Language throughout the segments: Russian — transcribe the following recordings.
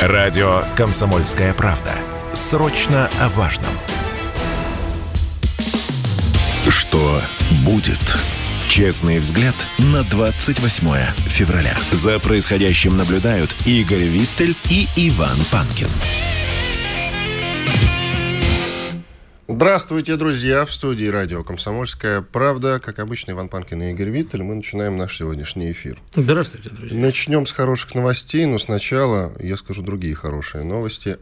Радио «Комсомольская правда». Срочно о важном. Что будет? Честный взгляд на 28 февраля. За происходящим наблюдают Игорь Виттель и Иван Панкин. Здравствуйте, друзья! В студии радио «Комсомольская правда». Как обычно, Иван Панкин и Игорь Виттель. Мы начинаем наш сегодняшний эфир. Здравствуйте, друзья! Начнем с хороших новостей, но сначала я скажу другие хорошие новости.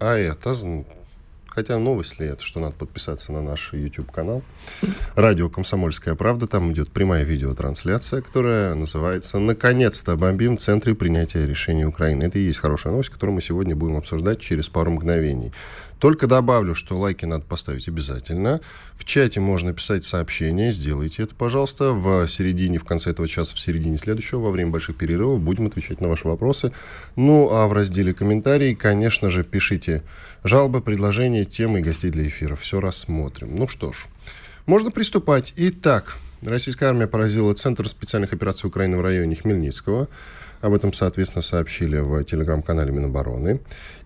Хотя новость ли это, что надо подписаться на наш YouTube-канал. Радио «Комсомольская правда». Там идет прямая видеотрансляция, которая называется «Наконец-то бомбим в центре принятия решений Украины». Это и есть хорошая новость, которую мы сегодня будем обсуждать через пару мгновений. Только добавлю, что лайки надо поставить обязательно. В чате можно писать сообщения. Сделайте это, пожалуйста. В конце этого часа, в середине следующего, во время больших перерывов, будем отвечать на ваши вопросы. Ну, а в разделе «Комментарии», конечно же, пишите жалобы, предложения, темы и гостей для эфира. Все рассмотрим. Ну что ж, можно приступать. Итак, российская армия поразила Центр специальных операций Украины в районе Хмельницкого. Об этом, соответственно, сообщили в телеграм-канале Минобороны.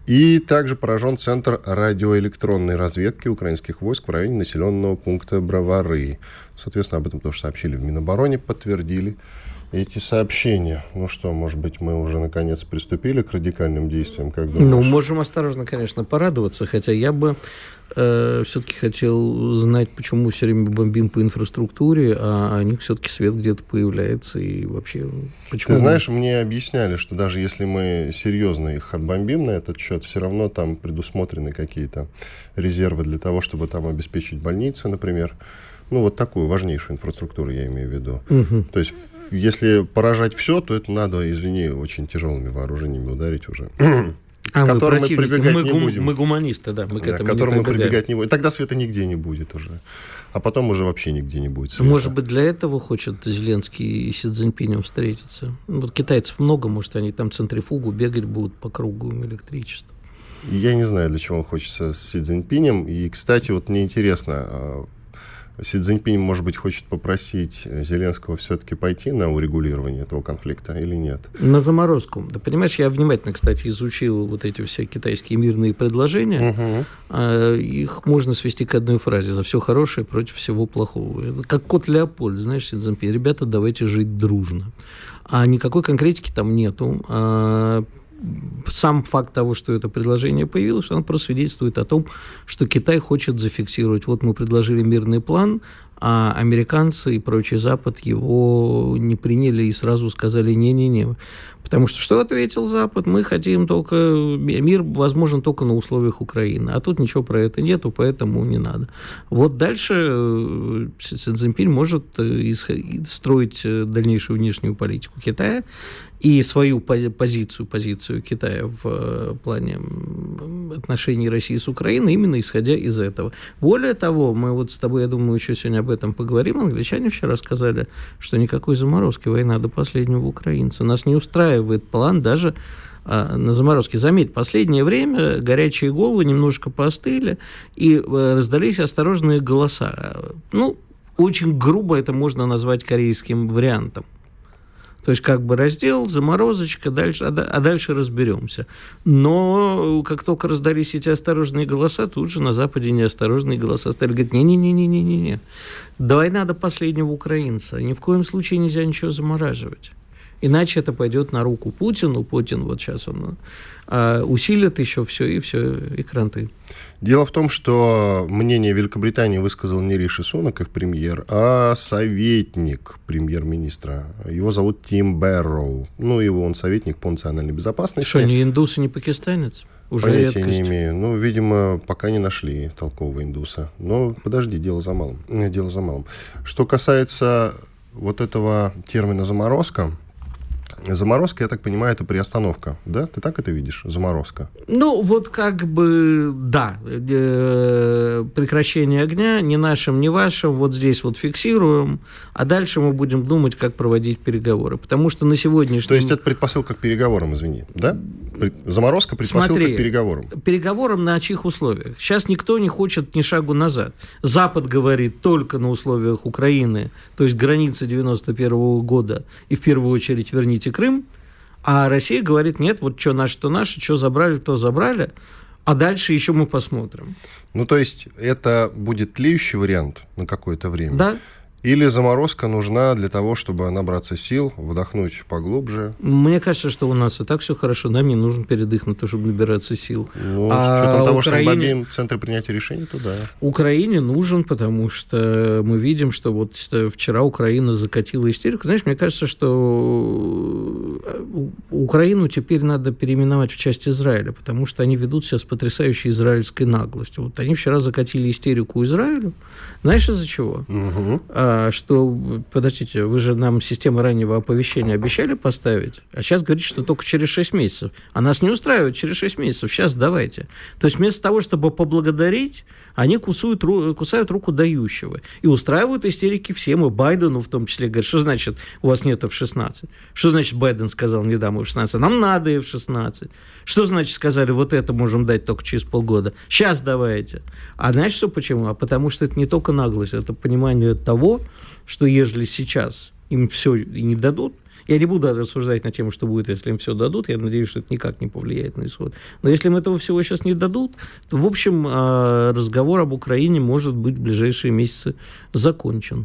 И также поражен Центр радиоэлектронной разведки украинских войск в районе населенного пункта Бровары. Соответственно, об этом тоже сообщили в Минобороне, подтвердили эти сообщения. Ну что, может быть, мы уже наконец приступили к радикальным действиям? Как думаешь? Ну, можем осторожно, конечно, порадоваться, хотя я бы все-таки хотел знать, почему все время бомбим по инфраструктуре, а у них все-таки свет где-то появляется, и вообще почему... Ты знаешь, мне объясняли, что даже если мы серьезно их отбомбим на этот счет, все равно там предусмотрены какие-то резервы для того, чтобы там обеспечить больницы, например. Ну, вот такую важнейшую инфраструктуру я имею в виду. Угу. То есть, если поражать все, то это надо, извини, очень тяжелыми вооружениями ударить уже. К которым мы прибегать не будем. Мы гуманисты, да, мы к этому к которым мы прибегать не будем. Тогда света нигде не будет уже. А потом уже вообще нигде не будет света. Может быть, для этого хочет Зеленский и Си Цзиньпинем встретиться? Вот китайцев много, может, они там центрифугу бегать будут по кругу электричества. Я не знаю, для чего он хочется с Си Цзиньпинем. И, кстати, вот мне интересно... Си Цзиньпинь, может быть, хочет попросить Зеленского все-таки пойти на урегулирование этого конфликта или нет? На заморозку. Да, понимаешь, я внимательно, кстати, изучил вот эти все китайские мирные предложения. Их можно свести к одной фразе: за все хорошее против всего плохого. Это как кот Леопольд, знаешь, Си Цзиньпинь. Ребята, давайте жить дружно. А никакой конкретики там нету. Сам факт того, что это предложение появилось, он просто свидетельствует о том, что Китай хочет зафиксировать. Вот мы предложили мирный план, а американцы и прочий Запад его не приняли и сразу сказали не-не-не. Потому что ответил Запад? Мы хотим только... Мир возможен только на условиях Украины. А тут ничего про это нету, поэтому не надо. Вот дальше Си Цзиньпинь может строить дальнейшую внешнюю политику Китая и свою позицию Китая в плане отношений России с Украиной, именно исходя из этого. Более того, мы вот с тобой, я думаю, еще сегодня об этом поговорим. Англичане вчера сказали, что никакой заморозки, война до последнего украинца. Нас не устраивает план даже на заморозке. Заметь, последнее время горячие головы немножко поостыли и раздались осторожные голоса. Ну, очень грубо это можно назвать корейским вариантом. То есть как бы раздел, заморозочка, а дальше разберемся. Но как только раздались эти осторожные голоса, тут же на Западе неосторожные голоса стали говорить: не-не-не-не-не-не. Война до последнего украинца. Ни в коем случае нельзя ничего замораживать. Иначе это пойдет на руку Путину. Путин вот сейчас он усилит еще все, и кранты. Дело в том, что мнение Великобритании высказал не Риши Сунак, их премьер, а советник премьер-министра. Его зовут Тим Бэрроу. Ну, он советник по национальной безопасности. Что, не индус и не пакистанец? Уже понятия редкость. Не имею. Ну, видимо, пока не нашли толкового индуса. Но подожди, дело за малым. Что касается вот этого термина «заморозка», заморозка, я так понимаю, это приостановка, да? Ты так это видишь? Заморозка. Ну, вот как бы, да. Прекращение огня, ни нашим, ни вашим, вот здесь вот фиксируем, а дальше мы будем думать, как проводить переговоры. Потому что на сегодняшний... То есть это предпосылка к переговорам, извини, да? Заморозка предпосылка к переговорам. Переговорам на чьих условиях? Сейчас никто не хочет ни шагу назад. Запад говорит только на условиях Украины, то есть границы 91 года, и в первую очередь верните Крым, А Россия говорит, нет, вот что наше, то наше, что забрали, то забрали, а дальше еще мы посмотрим. Ну, то есть это будет тлеющий вариант на какое-то время? Да. Или заморозка нужна для того, чтобы набраться сил, вдохнуть поглубже? Мне кажется, что у нас и так все хорошо, нам не нужен передых на то, чтобы набираться сил. Ну, с учетом того, что мы бомбим центры принятия решений, то да. Украине нужен, потому что мы видим, что вот вчера Украина закатила истерику. Знаешь, мне кажется, что Украину теперь надо переименовать в часть Израиля, потому что они ведут себя с потрясающей израильской наглостью. Вот они вчера закатили истерику Израилю. Знаешь, из-за чего? Что, подождите, вы же нам систему раннего оповещения обещали поставить, а сейчас говорите, что только через 6 месяцев. А нас не устраивает через 6 месяцев, сейчас давайте. То есть вместо того, чтобы поблагодарить, они кусают руку дающего. И устраивают истерики всем, и Байдену в том числе. Говорят, что значит у вас нет F-16? Что значит Байден сказал, не дам F-16? Нам надо F-16. Что значит сказали, вот это можем дать только через полгода? Сейчас давайте. А знаешь, что почему? А потому что это не только наглость, это понимание того, что ежели сейчас им все и не дадут, я не буду рассуждать на тему, что будет, если им все дадут, я надеюсь, что это никак не повлияет на исход. Но если им этого всего сейчас не дадут, то, в общем, разговор об Украине может быть в ближайшие месяцы закончен.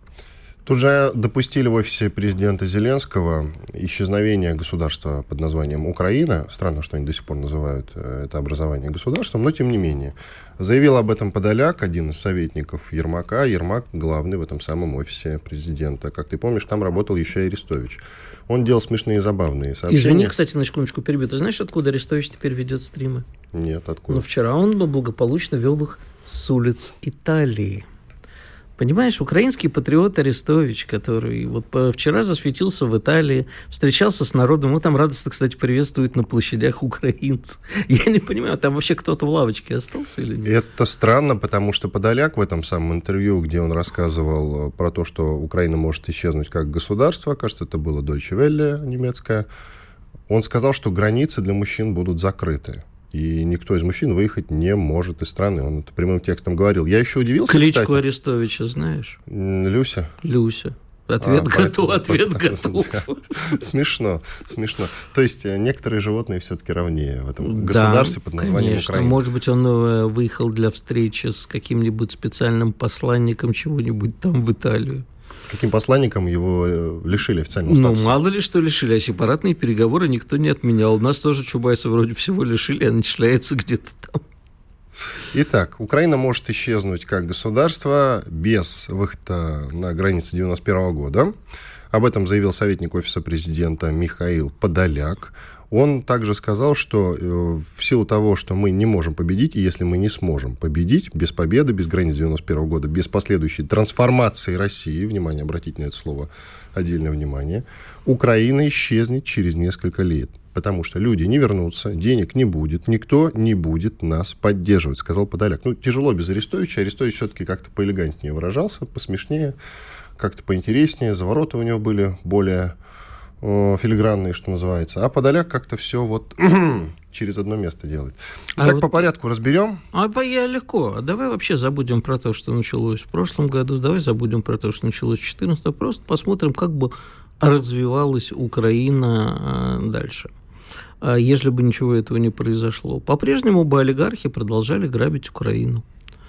Тут же допустили в офисе президента Зеленского исчезновение государства под названием Украина. Странно, что они до сих пор называют это образование государством, но тем не менее. Заявил об этом Подоляк, один из советников Ермака. Ермак главный в этом самом офисе президента. Как ты помнишь, там работал еще и Арестович. Он делал смешные и забавные сообщения. Извини, кстати, на секундочку перебью. Ты знаешь, откуда Арестович теперь ведет стримы? Нет, откуда? Ну, вчера он благополучно вел их с улиц Италии. Понимаешь, украинский патриот Арестович, который вот вчера засветился в Италии, встречался с народом, его там радостно, кстати, приветствуют на площадях украинцев. Я не понимаю, там вообще кто-то в лавочке остался или нет? Это странно, потому что Подоляк в этом самом интервью, где он рассказывал про то, что Украина может исчезнуть как государство, кажется, это было Deutsche Welle немецкое, он сказал, что границы для мужчин будут закрыты. И никто из мужчин выехать не может из страны. Он это прямым текстом говорил. Я еще удивился, Кличку кстати. Арестовича знаешь? Люся? Люся. Ответ готов. Смешно. То есть некоторые животные все-таки равнее в этом государстве под названием Украина. Может быть, он выехал для встречи с каким-нибудь специальным посланником чего-нибудь там в Италию. Каким посланником его лишили официального статуса? Ну, мало ли что лишили, а сепаратные переговоры никто не отменял. У нас тоже Чубайса вроде всего лишили, а начисляется где-то там. Итак, Украина может исчезнуть как государство без выхода на границы 1991 года. Об этом заявил советник Офиса президента Михаил Подоляк. Он также сказал, что в силу того, что мы не можем победить, и если мы не сможем победить без победы, без границ 1991 года, без последующей трансформации России, внимание, обратите на это слово отдельное внимание, Украина исчезнет через несколько лет. Потому что люди не вернутся, денег не будет, никто не будет нас поддерживать, сказал Подоляк. Ну, тяжело без Арестовича. Арестович все-таки как-то поэлегантнее выражался, посмешнее, как-то поинтереснее. Завороты у него были более филигранные, что называется. А Подоляк как-то все вот через одно место делает. Так, по порядку разберем? Я легко. Давай вообще забудем про то, что началось в прошлом году. Давай забудем про то, что началось в 2014. Просто посмотрим, как бы развивалась Украина дальше, если бы ничего этого не произошло. По-прежнему бы олигархи продолжали грабить Украину.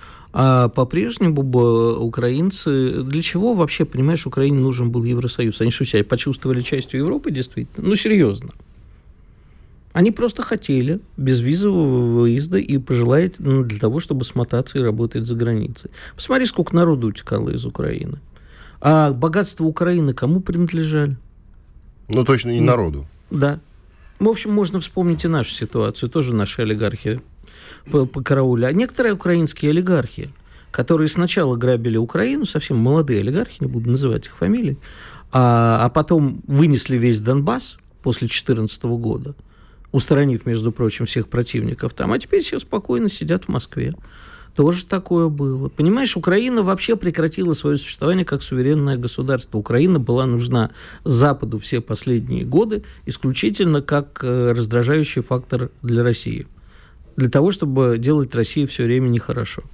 А по-прежнему бы украинцы... Для чего вообще, понимаешь, Украине нужен был Евросоюз? Они что, себя почувствовали частью Европы, действительно? Ну, серьезно. Они просто хотели безвизового выезда и пожелали для того, чтобы смотаться и работать за границей. Посмотри, сколько народу утекало из Украины. А богатства Украины кому принадлежали? Ну, точно не народу. Да. В общем, можно вспомнить и нашу ситуацию. Тоже наши олигархи по караулю. А некоторые украинские олигархи, которые сначала грабили Украину, совсем молодые олигархи, не буду называть их фамилии, а потом вынесли весь Донбасс после 2014 года, устранив, между прочим, всех противников там, а теперь все спокойно сидят в Москве. Тоже такое было. Понимаешь, Украина вообще прекратила свое существование как суверенное государство. Украина была нужна Западу все последние годы исключительно как раздражающий фактор для России. Для того, чтобы делать России все время нехорошо.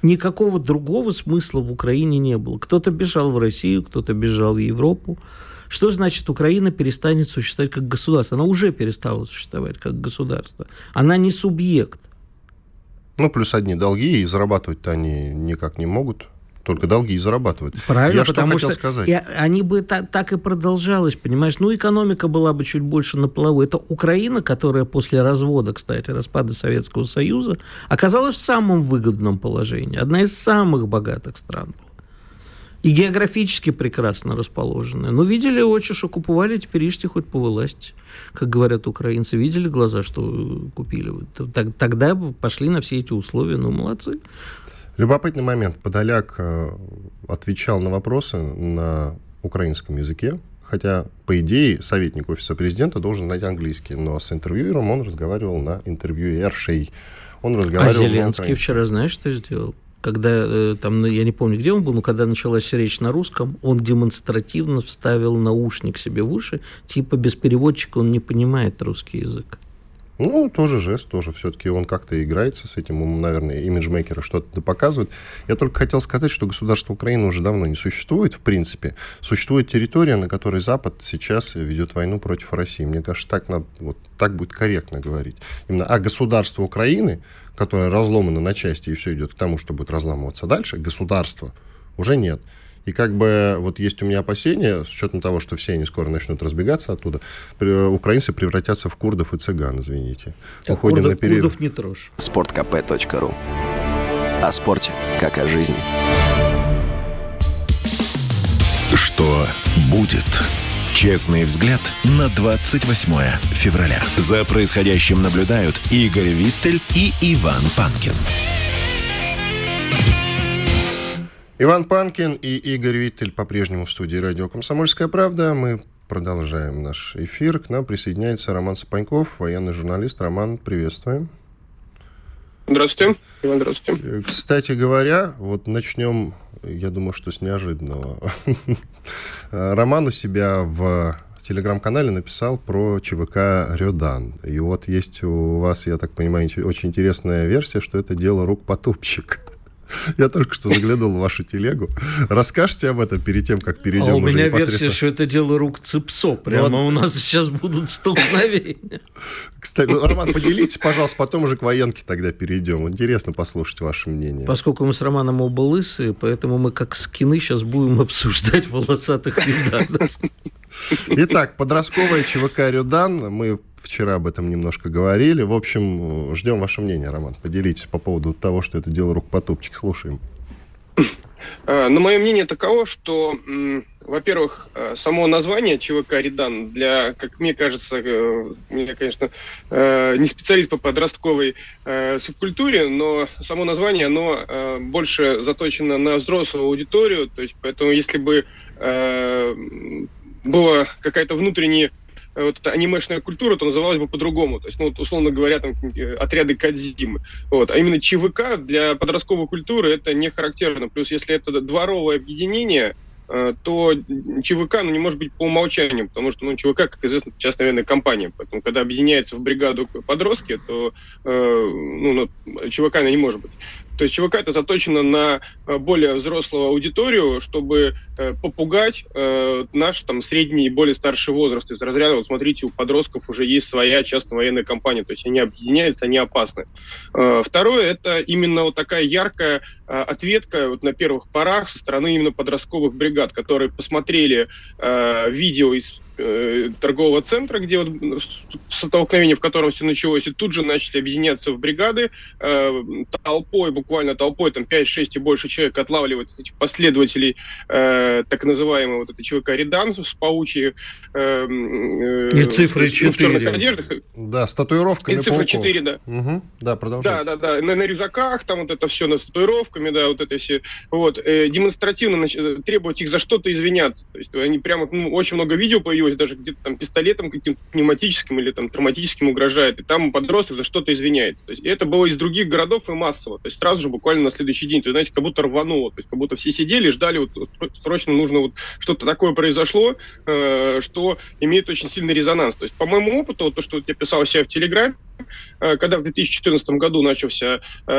Никакого другого смысла в Украине не было. Кто-то бежал в Россию, кто-то бежал в Европу. Что значит, Украина перестанет существовать как государство? Она уже перестала существовать как государство. Она не субъект. Ну, плюс одни долги, и зарабатывать-то они никак не могут. Только долги и зарабатывают. Правильно, я потому что хотел сказать. Они бы так и продолжалось, понимаешь? Ну, экономика была бы чуть больше на плаву. Это Украина, которая после развода, кстати, распада Советского Союза, оказалась в самом выгодном положении. Одна из самых богатых стран была. И географически прекрасно расположенная. Но видели очи, что купували, теперь ишьте хоть по власти. Как говорят украинцы, видели глаза, что купили. Тогда пошли на все эти условия. Ну, молодцы. Любопытный момент. Подоляк отвечал на вопросы на украинском языке, хотя, по идее, советник офиса президента должен знать английский, но с интервьюером он разговаривал на интервьюершей. Он разговаривал Зеленский вчера, знаешь, что сделал? Когда, там, я не помню, где он был, но когда началась речь на русском, он демонстративно вставил наушник себе в уши, типа без переводчика он не понимает русский язык. Ну, тоже жест, тоже все-таки он как-то играется с этим, ему, наверное, имиджмейкеры что-то показывают. Я только хотел сказать, что государство Украины уже давно не существует, в принципе. Существует территория, на которой Запад сейчас ведет войну против России. Мне кажется, так будет корректно говорить. Именно государство Украины, которое разломано на части и все идет к тому, что будет разламываться дальше, государства уже нет. И как бы вот есть у меня опасения, с учетом того, что все они скоро начнут разбегаться оттуда, украинцы превратятся в курдов и цыган, извините. Так, уходим на перерыв. Курдов не трожь. sportkp.ru. О спорте, как о жизни. Что будет? Честный взгляд на 28 февраля. За происходящим наблюдают Игорь Виттель и Иван Панкин. Иван Панкин и Игорь Виттель по-прежнему в студии радио «Комсомольская правда». Мы продолжаем наш эфир. К нам присоединяется Роман Сапаньков, военный журналист. Роман, приветствуем. Здравствуйте. Иван, здравствуйте. Кстати говоря, вот начнем, я думаю, что с неожиданного. Роман у себя в телеграм-канале написал про ЧВК «Рёдан». И вот есть у вас, я так понимаю, очень интересная версия, что это дело рук потупщика. Я только что заглянул в вашу телегу. Расскажите об этом перед тем, как перейдем уже непосредственно. непосредственно. У меня версия, что это дело рук ЦИПСО. Прямо у нас сейчас будут столкновения. Кстати, Роман, поделитесь, пожалуйста, потом уже к военке тогда перейдем. Интересно послушать ваше мнение. Поскольку мы с Романом оба лысые, поэтому мы как скины сейчас будем обсуждать волосатых ребят. Итак, подростковая ЧВК «Рёдан». Мы вчера об этом немножко говорили. В общем, ждем ваше мнение, Роман. Поделитесь по поводу того, что это дело рук потупчик. Слушаем. Ну, мое мнение таково, что, во-первых, само название ЧВК «Рёдан» для, как мне кажется, я, конечно, не специалист по подростковой субкультуре, но само название, оно больше заточено на взрослую аудиторию, то есть, поэтому, если бы была какая-то внутренняя вот эта анимешная культура, то называлась бы по-другому. То есть, ну, вот, условно говоря, там, отряды Кодзимы. Вот. А именно ЧВК для подростковой культуры это не характерно. Плюс, если это дворовое объединение, то ЧВК не может быть по умолчанию, потому что ЧВК, как известно, частная военная компания. Поэтому, когда объединяется в бригаду подростки, то ЧВК она не может быть. То есть ЧВК это заточено на более взрослую аудиторию, чтобы попугать наш там средний и более старший возраст. Из разряда, вот смотрите, у подростков уже есть своя частная военная компания, то есть они объединяются, они опасны. Второе, это именно вот такая яркая ответка вот на первых порах со стороны именно подростковых бригад, которые посмотрели видео из торгового центра, где вот столкновение, в котором все началось, и тут же начали объединяться в бригады, буквально толпой, там 5-6 и больше человек отлавливают этих последователей так называемой вот этой ЧВК «Рёдан» с паучьей и цифры 4. В черных одеждах. Да, с татуировками. И цифры 4, да. Угу. Да, продолжайте. Да. На рюкзаках, там вот это все, с татуировками, да, вот это все. Вот. Демонстративно требовать их за что-то извиняться. То есть они прямо, очень много видео появилось, даже где-то там пистолетом каким-то пневматическим или там травматическим угрожает, и там подросток за что-то извиняется. То есть это было из других городов и массово. То есть сразу же буквально на следующий день, то есть, знаете, как будто рвануло. То есть как будто все сидели и ждали, вот срочно нужно вот что-то такое произошло, что имеет очень сильный резонанс. То есть по моему опыту, то, что я писал у себя в Телеграме, когда в 2014 году начался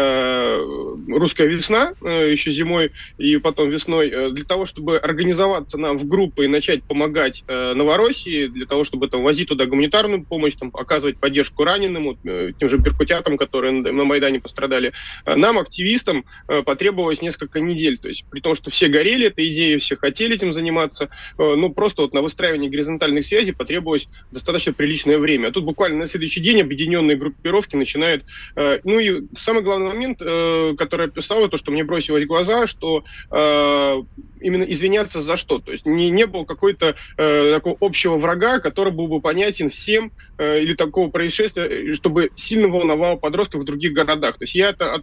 русская весна, еще зимой и потом весной, для того, чтобы организоваться нам в группы и начать помогать Новороссии, для того, чтобы там возить туда гуманитарную помощь, там, оказывать поддержку раненым, тем же беркутятам, которые на Майдане пострадали, нам, активистам, потребовалось несколько недель. То есть при том, что все горели этой идеей, все хотели этим заниматься, просто вот на выстраивание горизонтальных связей потребовалось достаточно приличное время. А тут буквально на следующий день объединенные группировки начинают... и самый главный момент, который я писал, то, что мне бросилось в глаза, что именно извиняться за что. То есть не было какой-то такого общего врага, который был бы понятен всем, или такого происшествия, чтобы сильно волновало подростков в других городах. То есть я это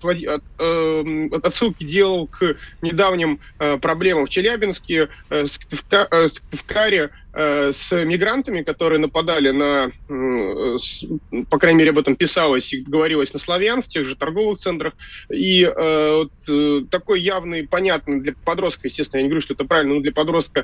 отсылки делал к недавним проблемам в Челябинске, в Каре, с мигрантами, которые нападали на, по крайней мере, об этом писалось и говорилось, на славян в тех же торговых центрах. И такой явный, понятный для подростка, естественно, я не говорю, что это правильно, но для подростка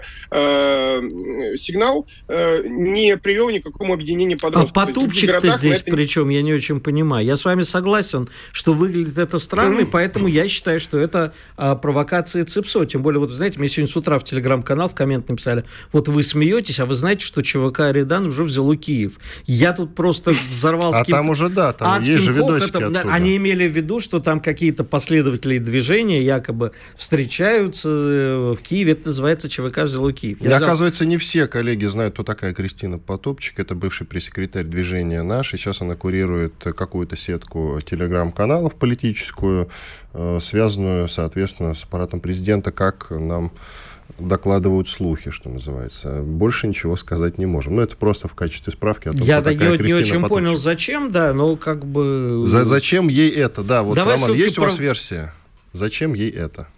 сигнал не привел ни к какому объединению подростков. А потупчик-то здесь причем, я не очень понимаю. Я с вами согласен, что выглядит это странно, поэтому я считаю, что это провокация ЦИПСО. Тем более, вот, знаете, мне сегодня с утра в телеграм-канал, в коммент написали, вот вы смеетесь, а вы знаете, что ЧВК «Редан» уже взяло Киев. Я тут просто взорвал А там уже, да, там есть же видосики оттуда. Они имели в виду, что там какие-то последователи движения якобы встречаются в Киеве. Это называется ЧВК «Взяло Киев». Оказывается, не все коллеги знают, кто такая Кристина Потопчик. Это бывший пресс-секретарь движения «Наш». И сейчас она курирует какую-то сетку телеграм-каналов политическую, связанную, соответственно, с аппаратом президента, как нам докладывают слухи, что называется. Больше ничего сказать не можем. Но это просто в качестве справки о том, я кто такая Кристина не очень Потопчик. понял, зачем, да, но как бы... Зачем ей это? Да, вот, давай, Роман, есть у вас версия? Зачем ей это?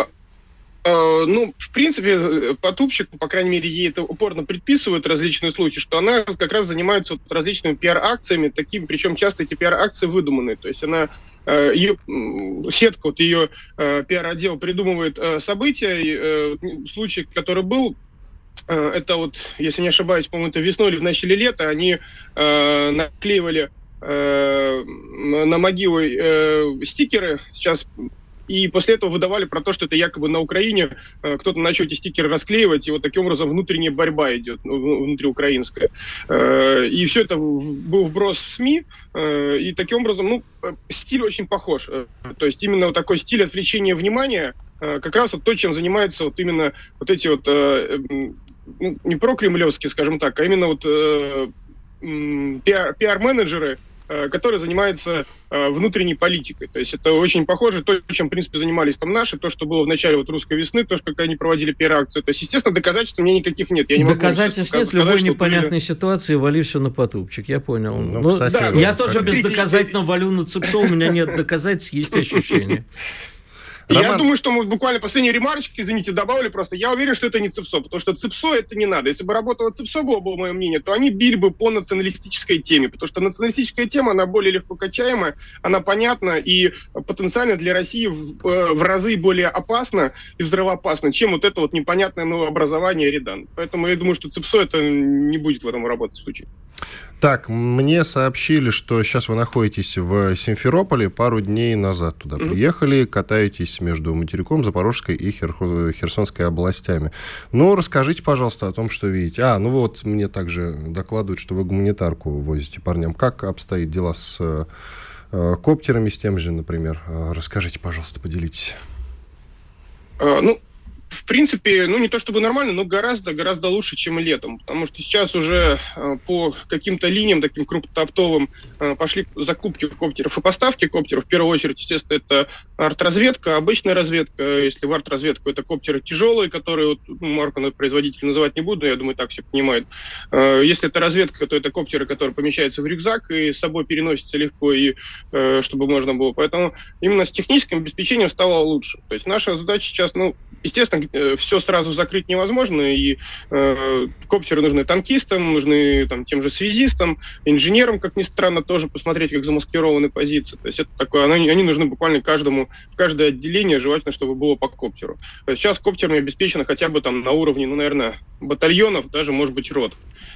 В принципе, Потупчик, по крайней мере, ей это упорно предписывают различные слухи, что она как раз занимается вот различными пиар-акциями, такими, причем часто эти пиар-акции выдуманные. То есть она ее сетка, вот ее пиар-отдел придумывает события. Случай, который был, это вот, если не ошибаюсь, по-моему, это весной или в начале лета, они наклеивали на могилы стикеры, сейчас... И после этого выдавали про то, что это якобы на Украине кто-то начал эти стикеры расклеивать, и вот таким образом внутренняя борьба идет, внутриукраинская. И все это был вброс в СМИ, и таким образом, стиль очень похож. То есть именно вот такой стиль отвлечения внимания, как раз вот то, чем занимаются вот именно вот эти вот, не прокремлевские, скажем так, а именно вот пиар-менеджеры, которые занимаются внутренней политикой. То есть это очень похоже то, чем, в принципе, занимались там наши, то, что было в начале вот русской весны, то, что как они проводили пиар-акцию. То есть, естественно, доказательств у меня никаких нет. Я не могу доказательств нет, в любой непонятной ситуации вали все на Потупчик, я понял. Я тоже бездоказательно валю на ЦИПСО, у меня нет доказательств, есть ощущения. Я думаю, что мы буквально последние ремарочки, извините, добавили просто. Я уверен, что это не ЦИПСО, потому что ЦИПСО это не надо. Если бы работало ЦИПСО, было мое мнение, то они били бы по националистической теме, потому что националистическая тема, она более легко качаемая, она понятна и потенциально для России в разы более опасна и взрывоопасна, чем вот это вот непонятное новообразование Редан. Поэтому я думаю, что ЦИПСО это не будет в этом работать в случае. Так, мне сообщили, что сейчас вы находитесь в Симферополе, пару дней назад туда приехали, катаетесь между материком, Запорожской и Херсонской областями. Расскажите, пожалуйста, о том, что видите. Вот мне также докладывают, что вы гуманитарку возите парням. Как обстоят дела с коптерами, с тем же, например? Расскажите, пожалуйста, поделитесь. В принципе, не то чтобы нормально, но гораздо лучше, чем летом. Потому что сейчас уже по каким-то линиям, таким крупнооптовым, пошли закупки коптеров и поставки коптеров. В первую очередь, естественно, это арт-разведка, обычная разведка. Если в арт-разведку это коптеры тяжелые, которые, марку производителя называть не буду, я думаю, так все понимают. Если это разведка, то это коптеры, которые помещаются в рюкзак и с собой переносятся легко, и чтобы можно было. Поэтому именно с техническим обеспечением стало лучше. То есть наша задача сейчас, естественно, естественно, все сразу закрыть невозможно, и коптеры нужны танкистам, нужны тем же связистам, инженерам, как ни странно, тоже посмотреть, как замаскированы позиции. То есть это такое, они нужны буквально каждому, в каждое отделение, желательно, чтобы было по коптеру. Сейчас коптерами обеспечено хотя бы на уровне, наверное, батальонов, даже, может быть, рот.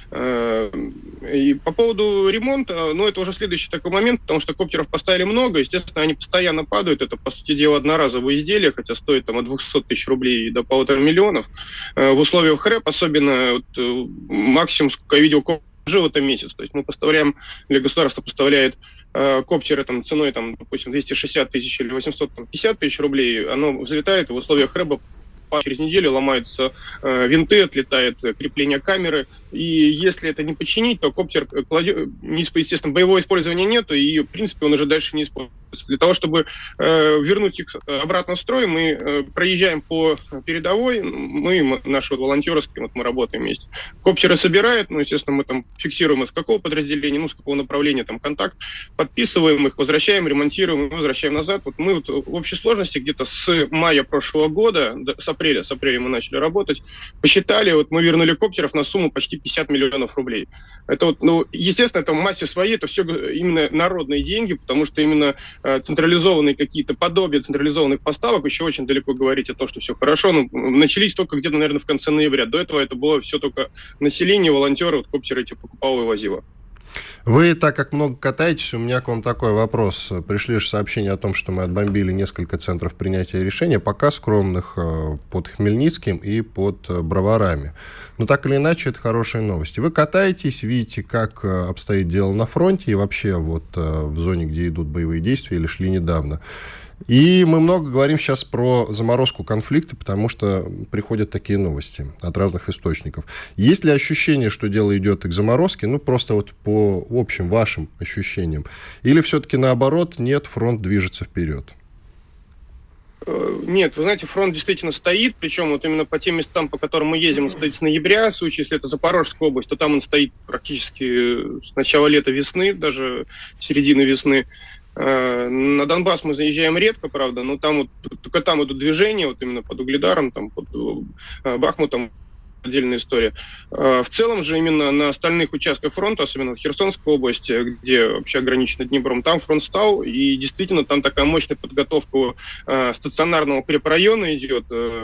И по поводу ремонта, это уже следующий такой момент, потому что коптеров поставили много, естественно, они постоянно падают, это, по сути дела, одноразовые изделия, хотя стоит от 200 тысяч рублей до 1,5 миллиона. В условиях рэп, особенно максимум, сколько я видел, в этом месяц. То есть мы поставляем, или государство поставляет коптеры ценой, допустим, 260 тысяч или 850 тысяч рублей, оно взлетает, в условиях рэба через неделю ломаются винты, отлетает крепление камеры, и если это не починить, то коптер естественно, боевого использования нету, и, в принципе, он уже дальше не используется. Для того, чтобы вернуть их обратно в строй, мы проезжаем по передовой, наши волонтеры, с кем мы работаем вместе, коптеры собирают, естественно, мы фиксируем, из какого подразделения, с какого направления контакт, подписываем их, возвращаем, ремонтируем и возвращаем назад. Мы в общей сложности где-то с мая прошлого года, с апреля мы начали работать, посчитали, мы вернули коптеров на сумму почти 50 миллионов рублей. Это естественно, это в массе своей, это все именно народные деньги, потому что именно централизованные какие-то подобия централизованных поставок, еще очень далеко говорить о том, что все хорошо, начались только где-то, наверное, в конце ноября. До этого это было все только население, волонтеры, коптеры эти покупало и возило. Вы, так как много катаетесь, у меня к вам такой вопрос. Пришли же сообщения о том, что мы отбомбили несколько центров принятия решения, пока скромных, под Хмельницким и под Броварами. Но так или иначе, это хорошие новости. Вы катаетесь, видите, как обстоит дело на фронте и вообще в зоне, где идут боевые действия или шли недавно. И мы много говорим сейчас про заморозку конфликта, потому что приходят такие новости от разных источников. Есть ли ощущение, что дело идет к заморозке? Просто по общим вашим ощущениям. Или все-таки наоборот, нет, фронт движется вперед? Нет, вы знаете, фронт действительно стоит, причем именно по тем местам, по которым мы ездим, он стоит с ноября. В случае, если это Запорожская область, то там он стоит практически с начала лета, весны, даже середины весны. На Донбасс мы заезжаем редко, правда, но только там идут движения, именно под Угледаром, под Бахмутом, отдельная история. В целом же именно на остальных участках фронта, особенно в Херсонской области, где вообще ограничено Днепром, там фронт стал, и действительно там такая мощная подготовка стационарного укрепрайона идет.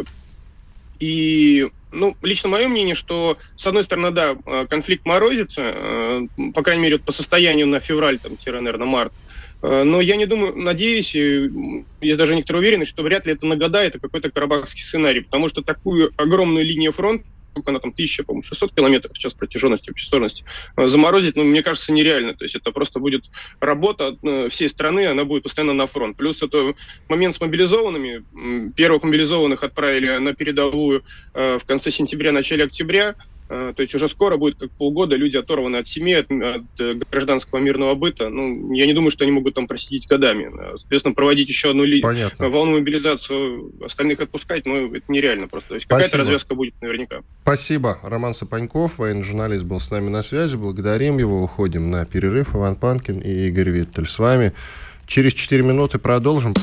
И, лично мое мнение, что, с одной стороны, да, конфликт морозится, по крайней мере, по состоянию на февраль, наверное, март. Но я не думаю, надеюсь, есть даже некоторая уверенность, что вряд ли это на года, это какой-то карабахский сценарий, потому что такую огромную линию фронта, она 1600 километров сейчас протяженности, общей сложности, заморозить, мне кажется, нереально. То есть это просто будет работа всей страны, она будет постоянно на фронт. Плюс это момент с мобилизованными. Первых мобилизованных отправили на передовую в конце сентября, начале октября. То есть уже скоро будет как полгода, люди оторваны от семьи, от гражданского мирного быта. Я не думаю, что они могут там просидеть годами. Соответственно, проводить еще одну волну мобилизацию, остальных отпускать, это нереально просто. То есть какая-то развязка будет наверняка. Спасибо. Роман Сапаньков, военный журналист, был с нами на связи. Благодарим его. Уходим на перерыв. Иван Панкин и Игорь Виттель с вами. Через 4 минуты продолжим.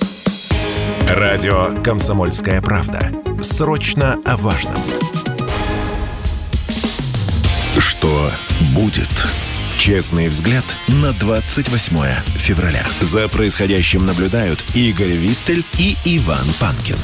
Радио «Комсомольская правда». Срочно о важном. Что будет? Честный взгляд на 28 февраля. За происходящим наблюдают Игорь Виттель и Иван Панкин.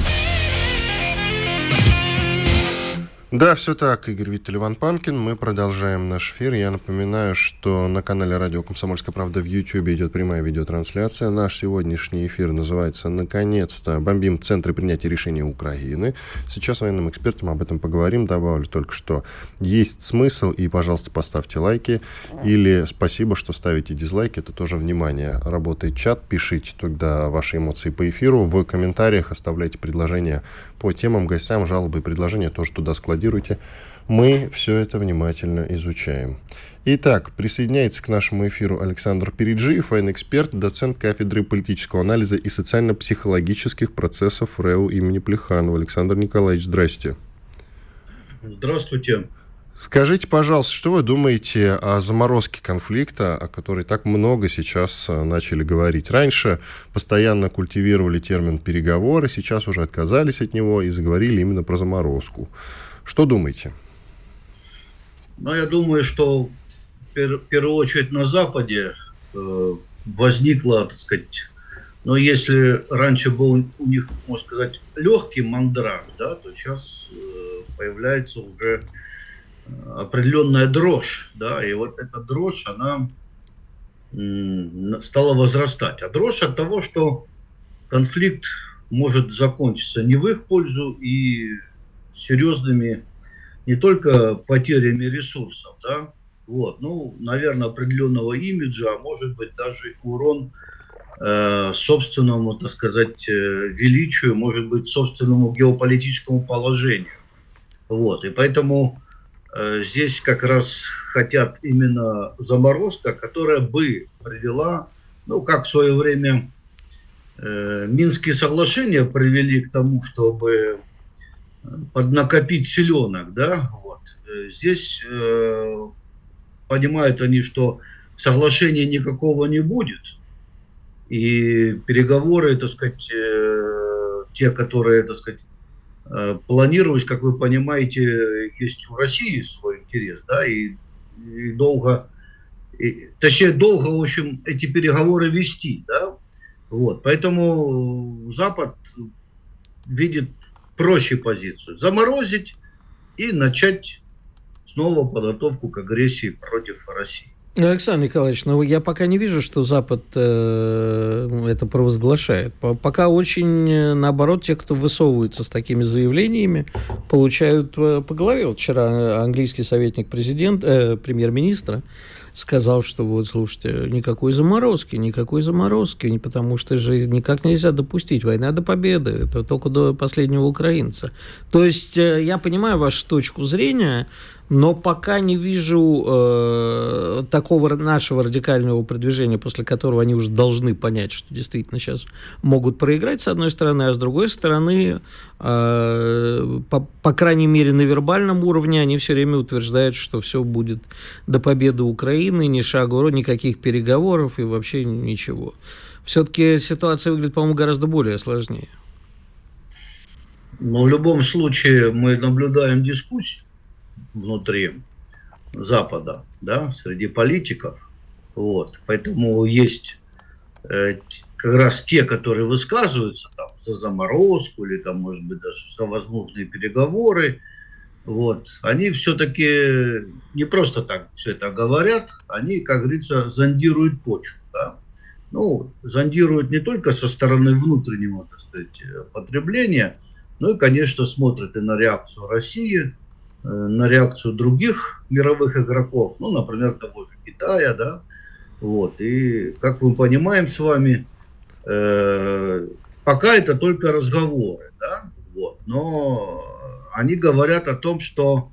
Да, все так, Игорь Виттель, Иван Панкин. Мы продолжаем наш эфир. Я напоминаю, что на канале радио «Комсомольская правда» в YouTube идет прямая видеотрансляция. Наш сегодняшний эфир называется «Наконец-то бомбим центры принятия решений Украины». Сейчас с военным экспертом об этом поговорим. Добавлю только что есть смысл, и, пожалуйста, поставьте лайки. Или спасибо, что ставите дизлайки. Это тоже внимание. Работает чат. Пишите тогда ваши эмоции по эфиру. В комментариях оставляйте предложения по темам, гостям, жалобы и предложения. Тоже туда складируйте. Мы все это внимательно изучаем. Итак, присоединяется к нашему эфиру Александр Переджиев, военный эксперт, доцент кафедры политического анализа и социально-психологических процессов РЭУ имени Плеханова. Александр Николаевич, здрасте. Здравствуйте. Скажите, пожалуйста, что вы думаете о заморозке конфликта, о которой так много сейчас начали говорить? Раньше постоянно культивировали термин «переговоры», сейчас уже отказались от него и заговорили именно про заморозку. Что думаете? Ну, я думаю, что в первую очередь на Западе возникла, так сказать, но если раньше был у них, можно сказать, легкий мандраж, да, то сейчас появляется уже определенная дрожь, да, и вот эта дрожь, она стала возрастать. А дрожь от того, что конфликт может закончиться не в их пользу и серьезными не только потерями ресурсов, да, вот, ну, наверное, определенного имиджа, а может быть даже урон собственному, так сказать, величию, может быть, собственному геополитическому положению. Вот, и поэтому здесь как раз хотят именно заморозка, которая бы привела, ну, как в свое время Минские соглашения привели к тому, чтобы поднакопить селенок, да, вот. Здесь понимают они, что соглашения никакого не будет, и переговоры, так сказать, те, которые, так сказать, планировать, как вы понимаете, есть у России свой интерес, да, и долго, точнее, долго, в общем, эти переговоры вести, да, вот, поэтому Запад видит проще позицию: заморозить и начать снова подготовку к агрессии против России. Александр Николаевич, но я пока не вижу, что Запад это провозглашает. Пока очень, наоборот, те, кто высовывается с такими заявлениями, получают по голове. Вот вчера английский советник премьер-министра сказал, что вот, слушайте, никакой заморозки, потому что же никак нельзя допустить. Война до победы, это только до последнего украинца. То есть я понимаю вашу точку зрения, но пока не вижу такого нашего радикального продвижения, после которого они уже должны понять, что действительно сейчас могут проиграть, с одной стороны, а с другой стороны, по крайней мере, на вербальном уровне они все время утверждают, что все будет до победы Украины, ни шагу, никаких переговоров и вообще ничего. Все-таки ситуация выглядит, по-моему, гораздо более сложнее. Но в любом случае мы наблюдаем дискуссию внутри Запада, да, среди политиков, вот, поэтому есть как раз те, которые высказываются там за заморозку или там, может быть, даже за возможные переговоры, вот, они все-таки не просто так все это говорят, они, как говорится, зондируют почву, да, ну, зондируют не только со стороны внутреннего, так сказать, потребления, но и, конечно, смотрят и на реакцию России, на реакцию других мировых игроков, ну, например, того же Китая, да, вот, и, как мы понимаем с вами, пока это только разговоры, да, вот, но они говорят о том, что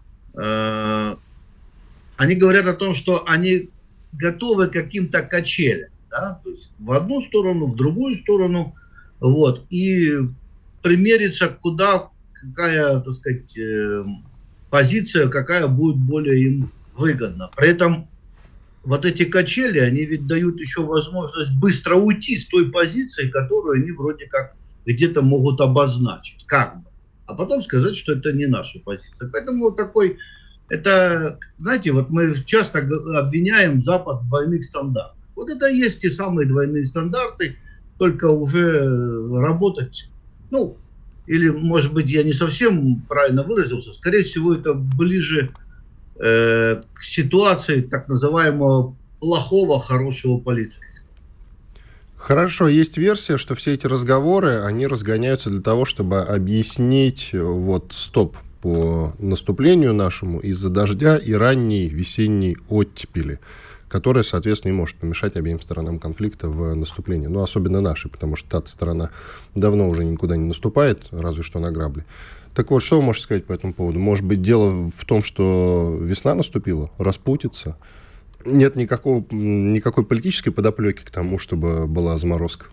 они готовы к каким-то качелям, да, то есть в одну сторону, в другую сторону, вот, и примериться, куда, какая, так сказать, позиция, какая будет более им выгодна. При этом вот эти качели, они ведь дают еще возможность быстро уйти с той позиции, которую они вроде как где-то могут обозначить, как бы, а потом сказать, что это не наша позиция. Поэтому вот такой, это, знаете, вот мы часто обвиняем Запад в двойных стандартах. Вот это и есть те самые двойные стандарты, только уже работать, ну, или, может быть, я не совсем правильно выразился, скорее всего, это ближе к ситуации так называемого плохого, хорошего полицейского. Хорошо, есть версия, что все эти разговоры, они разгоняются для того, чтобы объяснить вот стоп по наступлению нашему из-за дождя и ранней весенней оттепели, которая, соответственно, не может помешать обеим сторонам конфликта в наступлении. Ну, особенно нашей, потому что та сторона давно уже никуда не наступает, разве что на грабли. Так вот, что вы можете сказать по этому поводу? Может быть, дело в том, что весна наступила, распутится? Нет никакой политической подоплеки к тому, чтобы была заморозка?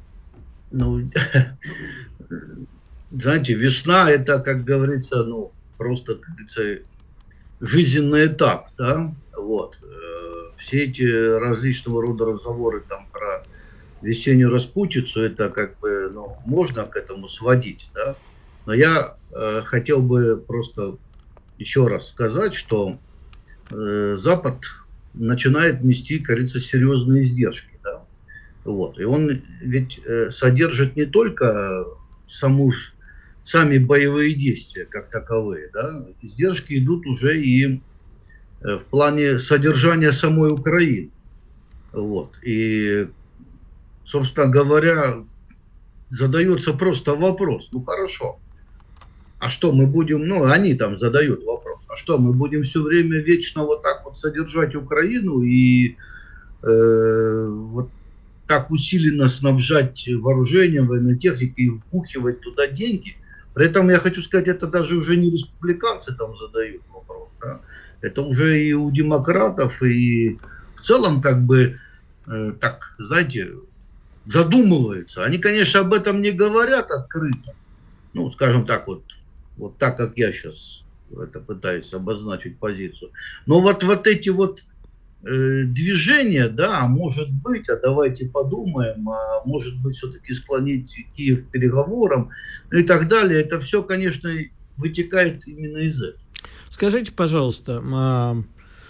Ну, знаете, весна — это, как говорится, ну, просто, как говорится, жизненный этап, да, вот. Все эти различного рода разговоры там про весеннюю распутицу, это как бы, ну, можно к этому сводить, да, но я хотел бы просто еще раз сказать, что Запад начинает нести, как говорится, серьезные издержки, да, вот, и он ведь содержит не только сами боевые действия как таковые, да, издержки идут уже и в плане содержания самой Украины. Вот. И, собственно говоря, задается просто вопрос. Ну, хорошо. А что мы будем... Ну, они там задают вопрос. А что, мы будем все время вечно вот так вот содержать Украину и вот так усиленно снабжать вооружением, военной техникой и вбухивать туда деньги? При этом, я хочу сказать, это даже уже не республиканцы там задают вопрос, да? Это уже и у демократов, и в целом, как бы, так, знаете, задумываются. Они, конечно, об этом не говорят открыто. Ну, скажем так, вот так, как я сейчас это пытаюсь обозначить позицию. Но вот эти вот движения, да, может быть, а давайте подумаем, а может быть, все-таки склонить Киев к переговорам и так далее, это все, конечно, вытекает именно из этого. Скажите, пожалуйста,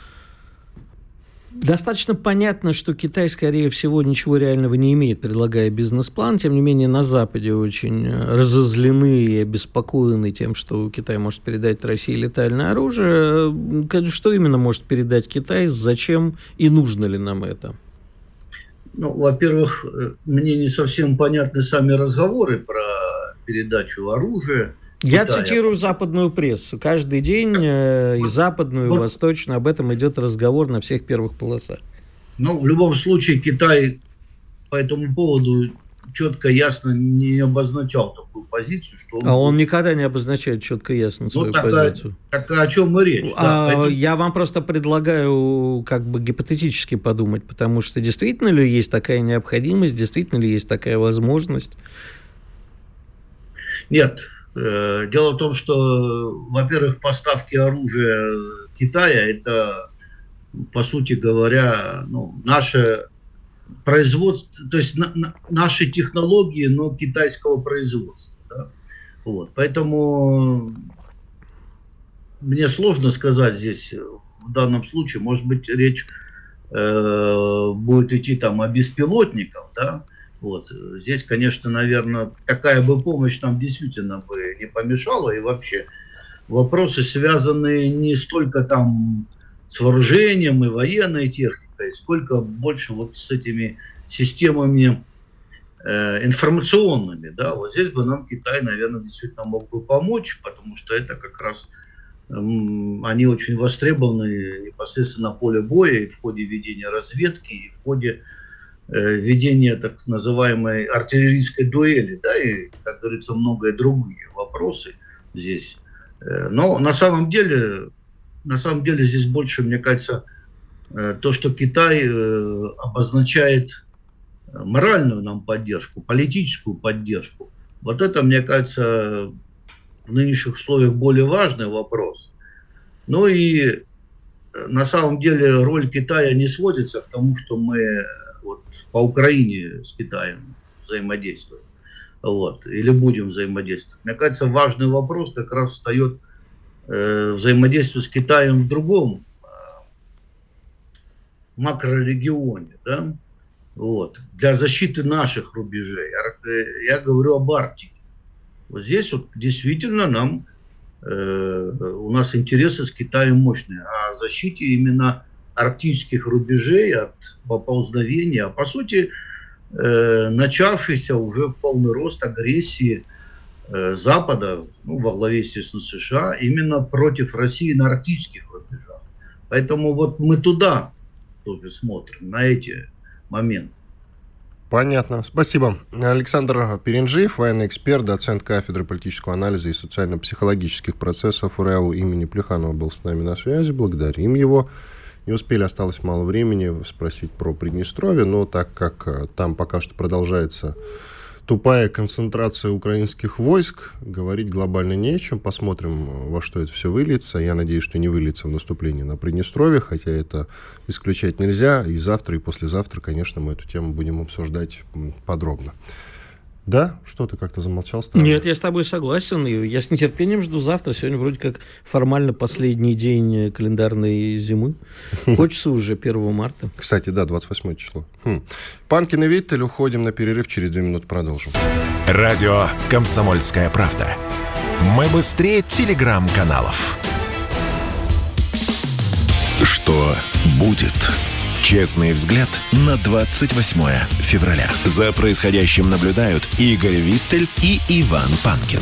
достаточно понятно, что Китай, скорее всего, ничего реального не имеет, предлагая бизнес-план. Тем не менее, на Западе очень разозлены и обеспокоены тем, что Китай может передать России летальное оружие. Что именно может передать Китай, зачем и нужно ли нам это? Ну, во-первых, мне не совсем понятны сами разговоры про передачу оружия. Я цитирую западную прессу. Каждый день и западную, и восточную об этом идет разговор на всех первых полосах. Ну, в любом случае, Китай по этому поводу четко, ясно не обозначал такую позицию. Что он никогда не обозначает четко, ясно свою позицию. Так о чем и речь? Да, я вам просто предлагаю как бы гипотетически подумать, потому что действительно ли есть такая необходимость, действительно ли есть такая возможность? Нет. Дело в том, что, во-первых, поставки оружия Китая – это, по сути говоря, ну, наше производство, то есть наши технологии, но китайского производства. Да? Вот. Поэтому мне сложно сказать здесь, в данном случае, может быть, речь будет идти там о беспилотниках, да? Вот. Здесь, конечно, наверное, такая бы помощь нам действительно бы не помешала. И вообще вопросы, связанные не столько там с вооружением и военной техникой, сколько больше вот с этими системами информационными. Да? Вот здесь бы нам Китай, наверное, действительно мог бы помочь, потому что это как раз они очень востребованы непосредственно на поле боя и в ходе ведения разведки, и в ходе ведение так называемой артиллерийской дуэли, да, и, как говорится, многие другие вопросы здесь. Но на самом деле здесь больше, мне кажется, то, что Китай обозначает моральную нам поддержку, политическую поддержку. Вот это, мне кажется, в нынешних условиях более важный вопрос. Ну и на самом деле роль Китая не сводится к тому, что мы по Украине с Китаем взаимодействуем, вот, или будем взаимодействовать. Мне кажется, важный вопрос как раз встает взаимодействие с Китаем в другом макрорегионе, да, вот, для защиты наших рубежей. Я говорю об Арктике. Вот здесь вот действительно у нас интересы с Китаем мощные, о защите именно арктических рубежей от поползновения, а по сути начавшейся уже в полный рост агрессии Запада, ну, во главе, естественно, США, именно против России на арктических рубежах. Поэтому вот мы туда тоже смотрим, на эти моменты. Понятно. Спасибо. Александр Перенжиев, военный эксперт, доцент кафедры политического анализа и социально-психологических процессов РАУ имени Плеханова был с нами на связи. Благодарим его. Не успели, осталось мало времени спросить про Приднестровье, но так как там пока что продолжается тупая концентрация украинских войск, говорить глобально не о чем. Посмотрим, во что это все выльется. Я надеюсь, что не выльется в наступление на Приднестровье, хотя это исключать нельзя. И завтра, и послезавтра, конечно, мы эту тему будем обсуждать подробно. Да? Что, ты как-то замолчал? Странно? Нет, я с тобой согласен. И я с нетерпением жду завтра. Сегодня вроде как формально последний день календарной зимы. Хочется уже 1 марта. Кстати, да, 28 число. Панкин и Виттель. Уходим на перерыв. Через 2 минуты продолжим. Радио «Комсомольская правда». Мы быстрее телеграм-каналов. Что будет? Честный взгляд на 28 февраля. За происходящим наблюдают Игорь Виттель и Иван Панкин.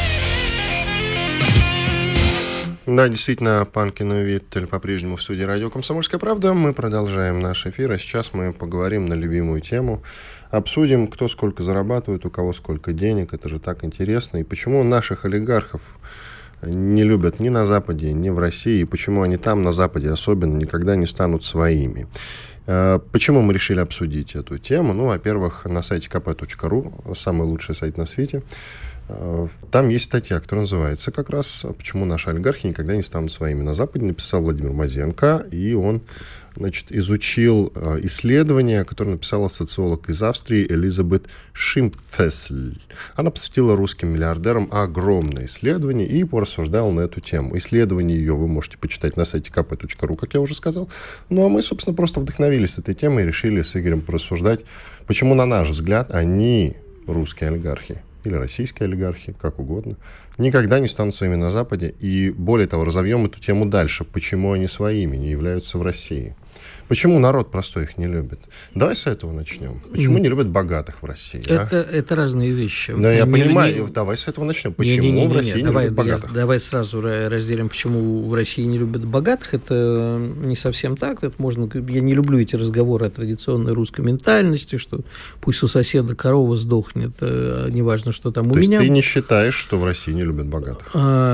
Да, действительно, Панкин и Виттель по-прежнему в студии радио «Комсомольская правда». Мы продолжаем наш эфир, а сейчас мы поговорим на любимую тему. Обсудим, кто сколько зарабатывает, у кого сколько денег. Это же так интересно. И почему наших олигархов не любят ни на Западе, ни в России, и почему они там, на Западе особенно, никогда не станут своими. Почему мы решили обсудить эту тему? Ну, во-первых, на сайте kp.ru, самый лучший сайт на свете, там есть статья, которая называется как раз «Почему наши олигархи никогда не станут своими». На Западе написал Владимир Мазенко, и он, значит, изучил исследование, которое написала социолог из Австрии Элизабет Шимпфесль. Она посвятила русским миллиардерам огромное исследование и порассуждала на эту тему. Исследование ее вы можете почитать на сайте kp.ru, как я уже сказал. Ну, а мы, собственно, просто вдохновились этой темой и решили с Игорем порассуждать, почему, на наш взгляд, они, русские олигархи, или российские олигархи, как угодно, никогда не станут своими на Западе. И более того, разовьем эту тему дальше. Почему они своими не являются в России? Почему народ простой их не любит? Давай с этого начнем. Почему не любят богатых в России? Это разные вещи. Да, я понимаю. Давай с этого начнем. Почему в России не любят богатых? Давай сразу разделим, почему в России не любят богатых. Это не совсем так. Это можно. Я не люблю эти разговоры о традиционной русской ментальности, что пусть у соседа корова сдохнет, неважно, что там у меня. То есть ты не считаешь, что в России не любят богатых?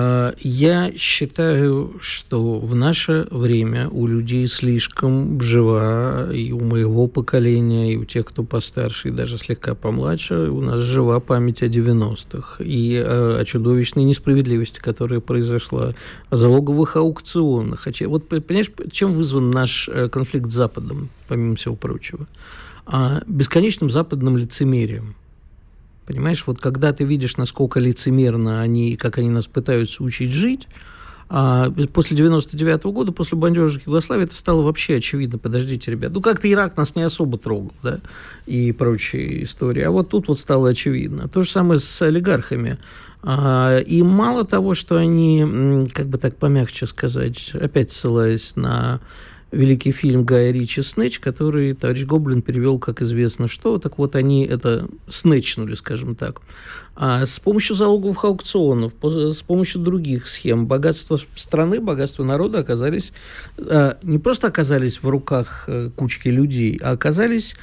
Я считаю, что в наше время у людей слишком жива, и у моего поколения, и у тех, кто постарше, и даже слегка помладше, у нас жива память о 90-х и о чудовищной несправедливости, которая произошла, о залоговых аукционах. Вот понимаешь, чем вызван наш конфликт с Западом, помимо всего прочего? Бесконечным западным лицемерием. Понимаешь, вот когда ты видишь, насколько лицемерно они, как они нас пытаются учить жить, после 99-го года, после бомбежек Югославии, это стало вообще очевидно. Подождите, ребят, как-то Ирак нас не особо трогал, да, и прочие истории. А вот тут вот стало очевидно. То же самое с олигархами. И мало того, что они, как бы так помягче сказать, опять ссылаясь на великий фильм Гая Ричи «Снэч», который товарищ Гоблин перевел, как известно, что. Так вот, они это снэчнули, скажем так. С помощью залоговых аукционов, с помощью других схем богатство страны, богатство народа оказались, не просто оказались в руках кучки людей, а оказались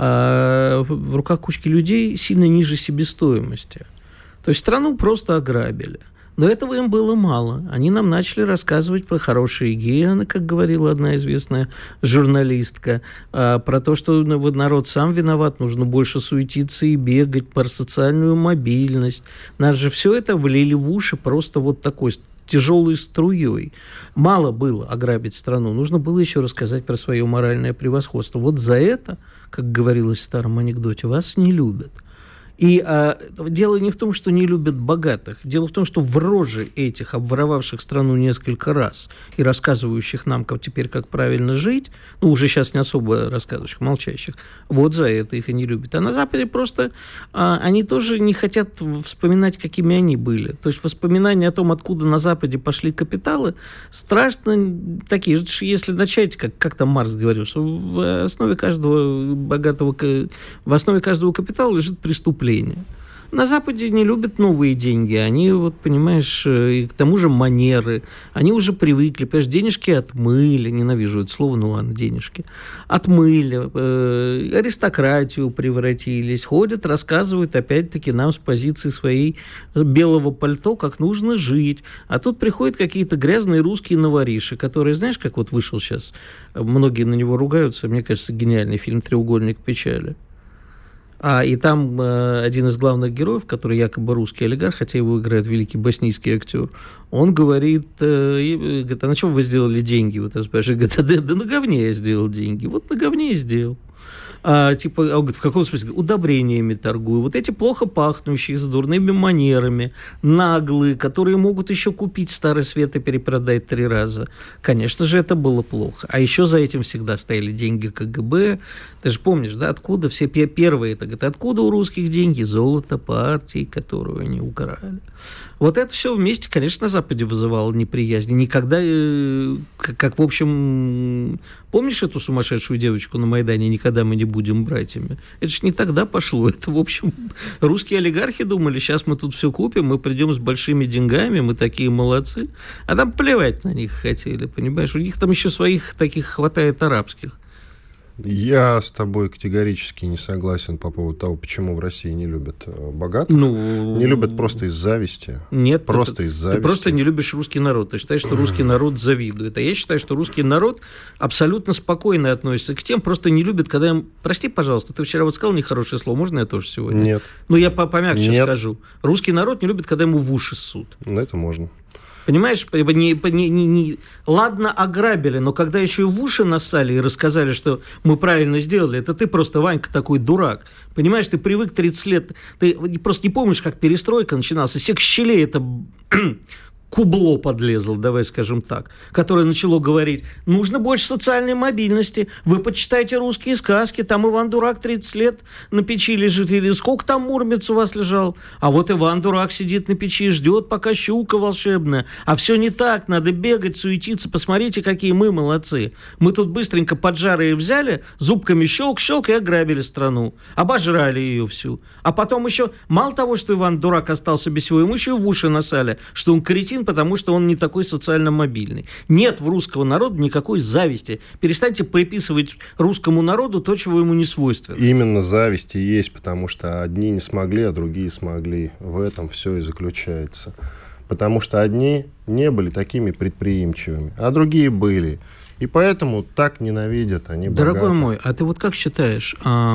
в руках кучки людей сильно ниже себестоимости. То есть страну просто ограбили. Но этого им было мало. Они нам начали рассказывать про хорошие гены, как говорила одна известная журналистка, про то, что народ сам виноват, нужно больше суетиться и бегать, про социальную мобильность. Нас же все это влили в уши просто вот такой тяжелой струей. Мало было ограбить страну, нужно было еще рассказать про свое моральное превосходство. Вот за это, как говорилось в старом анекдоте, вас не любят. И дело не в том, что не любят богатых. Дело в том, что в роже этих, обворовавших страну несколько раз и рассказывающих нам теперь, как правильно жить, уже сейчас не особо рассказывающих, молчащих, вот за это их и не любят. А на Западе просто они тоже не хотят вспоминать, какими они были. То есть воспоминания о том, откуда на Западе пошли капиталы, страшно такие. Если начать, как там Маркс говорил, что в основе каждого капитала лежит преступление. На Западе не любят новые деньги. Они, понимаешь, и к тому же манеры. Они уже привыкли. Понимаешь, денежки отмыли. Ненавижу это слово, ладно, денежки. Отмыли. Аристократию превратились. Ходят, рассказывают, опять-таки, нам с позиции своей белого пальто, как нужно жить. А тут приходят какие-то грязные русские новориши, которые, знаешь, как вот вышел сейчас, многие на него ругаются, мне кажется, гениальный фильм «Треугольник печали». И там один из главных героев, который якобы русский олигарх, хотя его играет великий боснийский актер, он говорит, а на чем вы сделали деньги? Вот я спрашиваю, говорит, да на говне я сделал деньги. Вот на говне я сделал. Он говорит, в каком смысле? Удобрениями торгую. Вот эти плохо пахнущие, с дурными манерами, наглые, которые могут еще купить Старый Свет и перепродать 3 раза. Конечно же, это было плохо. А еще за этим всегда стояли деньги КГБ. Ты же помнишь, да, откуда все первые, это говорят, откуда у русских деньги? Золото партии, которую они украли. Вот это все вместе, конечно, на Западе вызывало неприязнь. Никогда, как в общем, помнишь эту сумасшедшую девочку на Майдане «Никогда мы не будем братьями»? Это же не тогда пошло. Это, в общем, русские олигархи думали, сейчас мы тут все купим, мы придем с большими деньгами, мы такие молодцы. А там плевать на них хотели, понимаешь? У них там еще своих таких хватает арабских. Я с тобой категорически не согласен по поводу того, почему в России не любят богатых. Не любят просто из зависти. Нет, просто из зависти. Ты просто не любишь русский народ. Ты считаешь, что русский народ завидует. А я считаю, что русский народ абсолютно спокойно относится к тем, просто не любит, когда им... Прости, пожалуйста, ты вчера вот сказал нехорошее слово, можно я тоже сегодня? Нет. Я помягче скажу. Русский народ не любит, когда ему в уши ссут. Это можно. Понимаешь, ладно, ограбили, но когда еще и в уши нассали и рассказали, что мы правильно сделали, это ты просто, Ванька, такой дурак. Понимаешь, ты привык 30 лет, ты просто не помнишь, как перестройка начиналась, из всех щелей это кубло подлезло, давай скажем так, которое начало говорить, нужно больше социальной мобильности, вы почитайте русские сказки, там Иван Дурак 30 лет на печи лежит, или сколько там муромец у вас лежал, а вот Иван Дурак сидит на печи, ждет, пока щука волшебная, а все не так, надо бегать, суетиться, посмотрите, какие мы молодцы, мы тут быстренько поджарые взяли, зубками щелк-щелк и ограбили страну, обожрали ее всю, а потом еще, мало того, что Иван Дурак остался без всего, ему еще и в уши насали, что он кретин, потому что он не такой социально мобильный. Нет в русского народа никакой зависти. Перестаньте приписывать русскому народу то, чего ему не свойственно. Именно зависть и есть, потому что одни не смогли, а другие смогли. В этом все и заключается. Потому что одни не были такими предприимчивыми, а другие были. И поэтому так ненавидят они богатых. Дорогой мой, а ты вот как считаешь...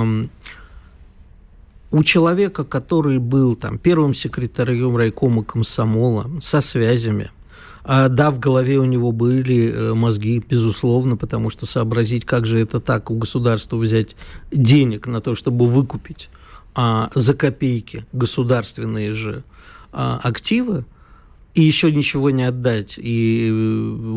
У человека, который был там первым секретарем райкома комсомола, со связями, да, в голове у него были мозги, безусловно, потому что сообразить, как же это так, у государства взять денег на то, чтобы выкупить за копейки государственные же активы, и еще ничего не отдать, и, в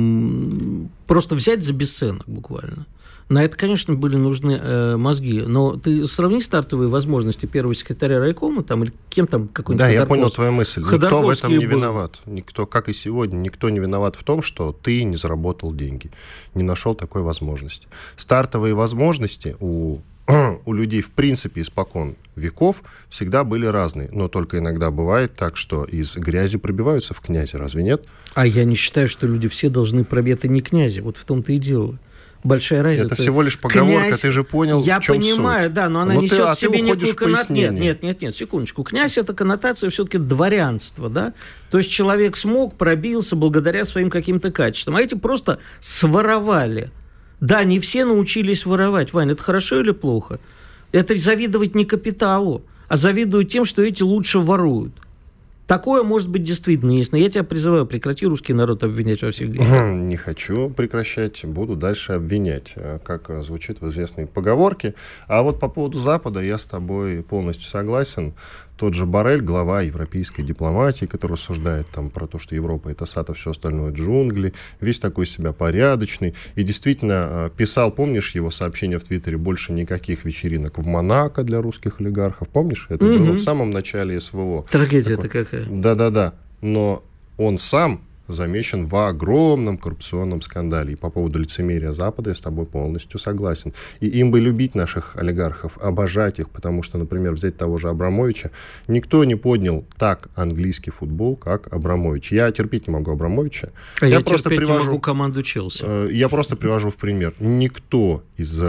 общем, просто взять за бесценок буквально. На это, конечно, были нужны мозги. Но ты сравни стартовые возможности первого секретаря райкома там, или кем там какой-нибудь Да, я понял твою мысль. Никто в этом не был. виноват. Никто, как и сегодня, никто не виноват в том, что ты не заработал деньги, не нашел такой возможности. Стартовые возможности у людей, в принципе, испокон веков всегда были разные. Но только иногда бывает так, что из грязи пробиваются в князи. Разве нет? А я не считаю, что люди все должны пробить. Это не князи. Вот в том-то и дело. Большая разница. Это всего лишь поговорка, князь, ты же понял, я в чем понимаю, суть. Да, но она несет в себе некую коннотацию. Нет, секундочку. Князь — это коннотация все-таки дворянства, да? То есть человек смог, пробился благодаря своим каким-то качествам. А эти просто своровали. Да, не все научились воровать. Вань, это хорошо или плохо? Это завидовать не капиталу, а завидуют тем, что эти лучше воруют. Такое может быть действительно есть, но я тебя призываю, прекрати русский народ обвинять во всех грехах. Не хочу прекращать, буду дальше обвинять, как звучит в известной поговорке. А вот по поводу Запада я с тобой полностью согласен. Тот же Боррель, глава европейской дипломатии, который рассуждает там про то, что Европа — это сад, а все остальное — джунгли, весь такой себя порядочный. И действительно писал, помнишь его сообщение в Твиттере, больше никаких вечеринок в Монако для русских олигархов. Помнишь? Это было в самом начале СВО. Трагедия-то какая. Да. Но он сам замечен в огромном коррупционном скандале. И по поводу лицемерия Запада я с тобой полностью согласен. И им бы любить наших олигархов, обожать их, потому что, например, взять того же Абрамовича, никто не поднял так английский футбол, как Абрамович. Я терпеть не могу Абрамовича. Я просто терпеть не могу команду Челси. Я просто привожу в пример. Никто из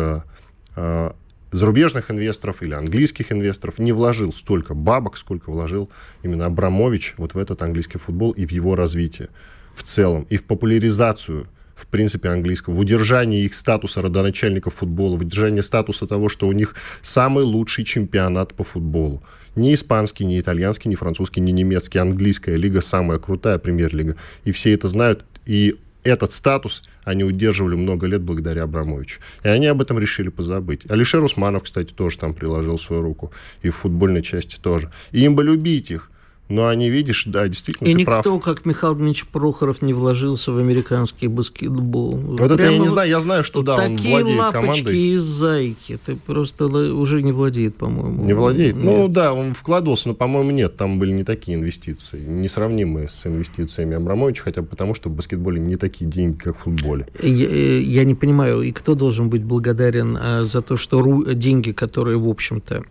зарубежных инвесторов или английских инвесторов не вложил столько бабок, сколько вложил именно Абрамович вот в этот английский футбол и в его развитие в целом, и в популяризацию в принципе, английского, в удержании их статуса родоначальников футбола, в удержании статуса того, что у них самый лучший чемпионат по футболу. Ни испанский, ни итальянский, ни французский, ни немецкий. Английская лига самая крутая, премьер-лига. И все это знают. И этот статус они удерживали много лет благодаря Абрамовичу. И они об этом решили позабыть. Алишер Усманов, кстати, тоже там приложил свою руку. И в футбольной части тоже. И им бы любить их. Но они, видишь, да, действительно, и ты никто, прав. как Михаил Дмитриевич Прохоров, не вложился в американский баскетбол. Вот это я не знаю. Я знаю, что да, он владеет командой. Такие лапочки и зайки. Ты просто уже не владеет, по-моему. Не владеет? Нет. Ну да, он вкладывался, но, по-моему, нет. Там были не такие инвестиции. Несравнимые с инвестициями Абрамовича, хотя бы потому, что в баскетболе не такие деньги, как в футболе. Я не понимаю, и кто должен быть благодарен за то, что деньги, которые, в общем-то...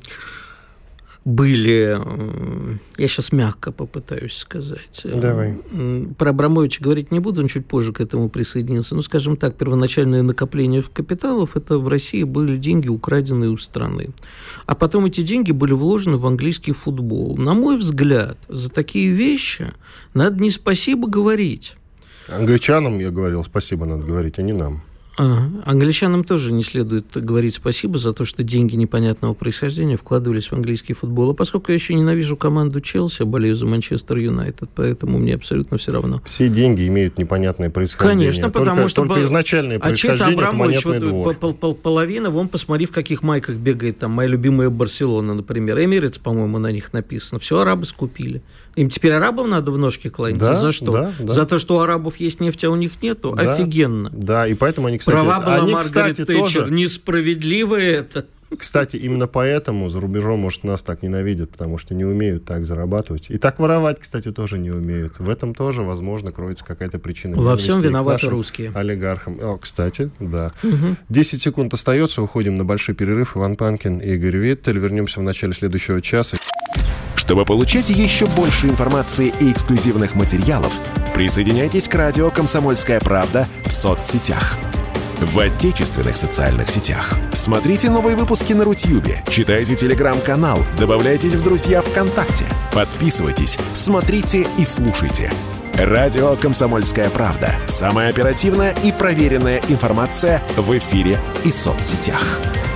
были, я сейчас мягко попытаюсь сказать. Давай. Про Абрамовича говорить не буду, он чуть позже к этому присоединился. Ну, скажем так, первоначальное накопление капиталов, это в России были деньги, украденные у страны. А потом эти деньги были вложены в английский футбол. На мой взгляд, за такие вещи надо не спасибо говорить. Англичанам, я говорил, спасибо надо говорить, а не нам. Англичанам тоже не следует говорить спасибо за то, что деньги непонятного происхождения вкладывались в английский футбол. А поскольку я еще ненавижу команду Челси, болею за Манчестер Юнайтед, поэтому мне абсолютно все равно. Все деньги имеют непонятное происхождение. Конечно, потому что... Только изначальное происхождение – это монетный двор. Половина, вон, посмотри, в каких майках бегает там моя любимая Барселона, например. Эмирейтс, по-моему, на них написано. Все арабы скупили. Им теперь арабам надо в ножки кланяться? Да, за что? Да, да. За то, что у арабов есть нефть, а у них нету? Да, офигенно. Да, и поэтому они, кстати... Права была они, Маргарет кстати, Тэтчер. тоже... Несправедливо это. Кстати, именно поэтому за рубежом, может, нас так ненавидят, потому что не умеют так зарабатывать. И так воровать, кстати, тоже не умеют. В этом тоже, возможно, кроется какая-то причина. Во всем виноваты русские. Олигархам. Кстати, да. 10 секунд остается, уходим на большой перерыв. Иван Панкин и Игорь Виттель. Вернемся в начале следующего часа. Чтобы получать еще больше информации и эксклюзивных материалов, присоединяйтесь к радио «Комсомольская правда» в соцсетях. В отечественных социальных сетях. Смотрите новые выпуски на Рутьюбе, читайте телеграм-канал, добавляйтесь в друзья ВКонтакте, подписывайтесь, смотрите и слушайте. Радио «Комсомольская правда». Самая оперативная и проверенная информация в эфире и соцсетях.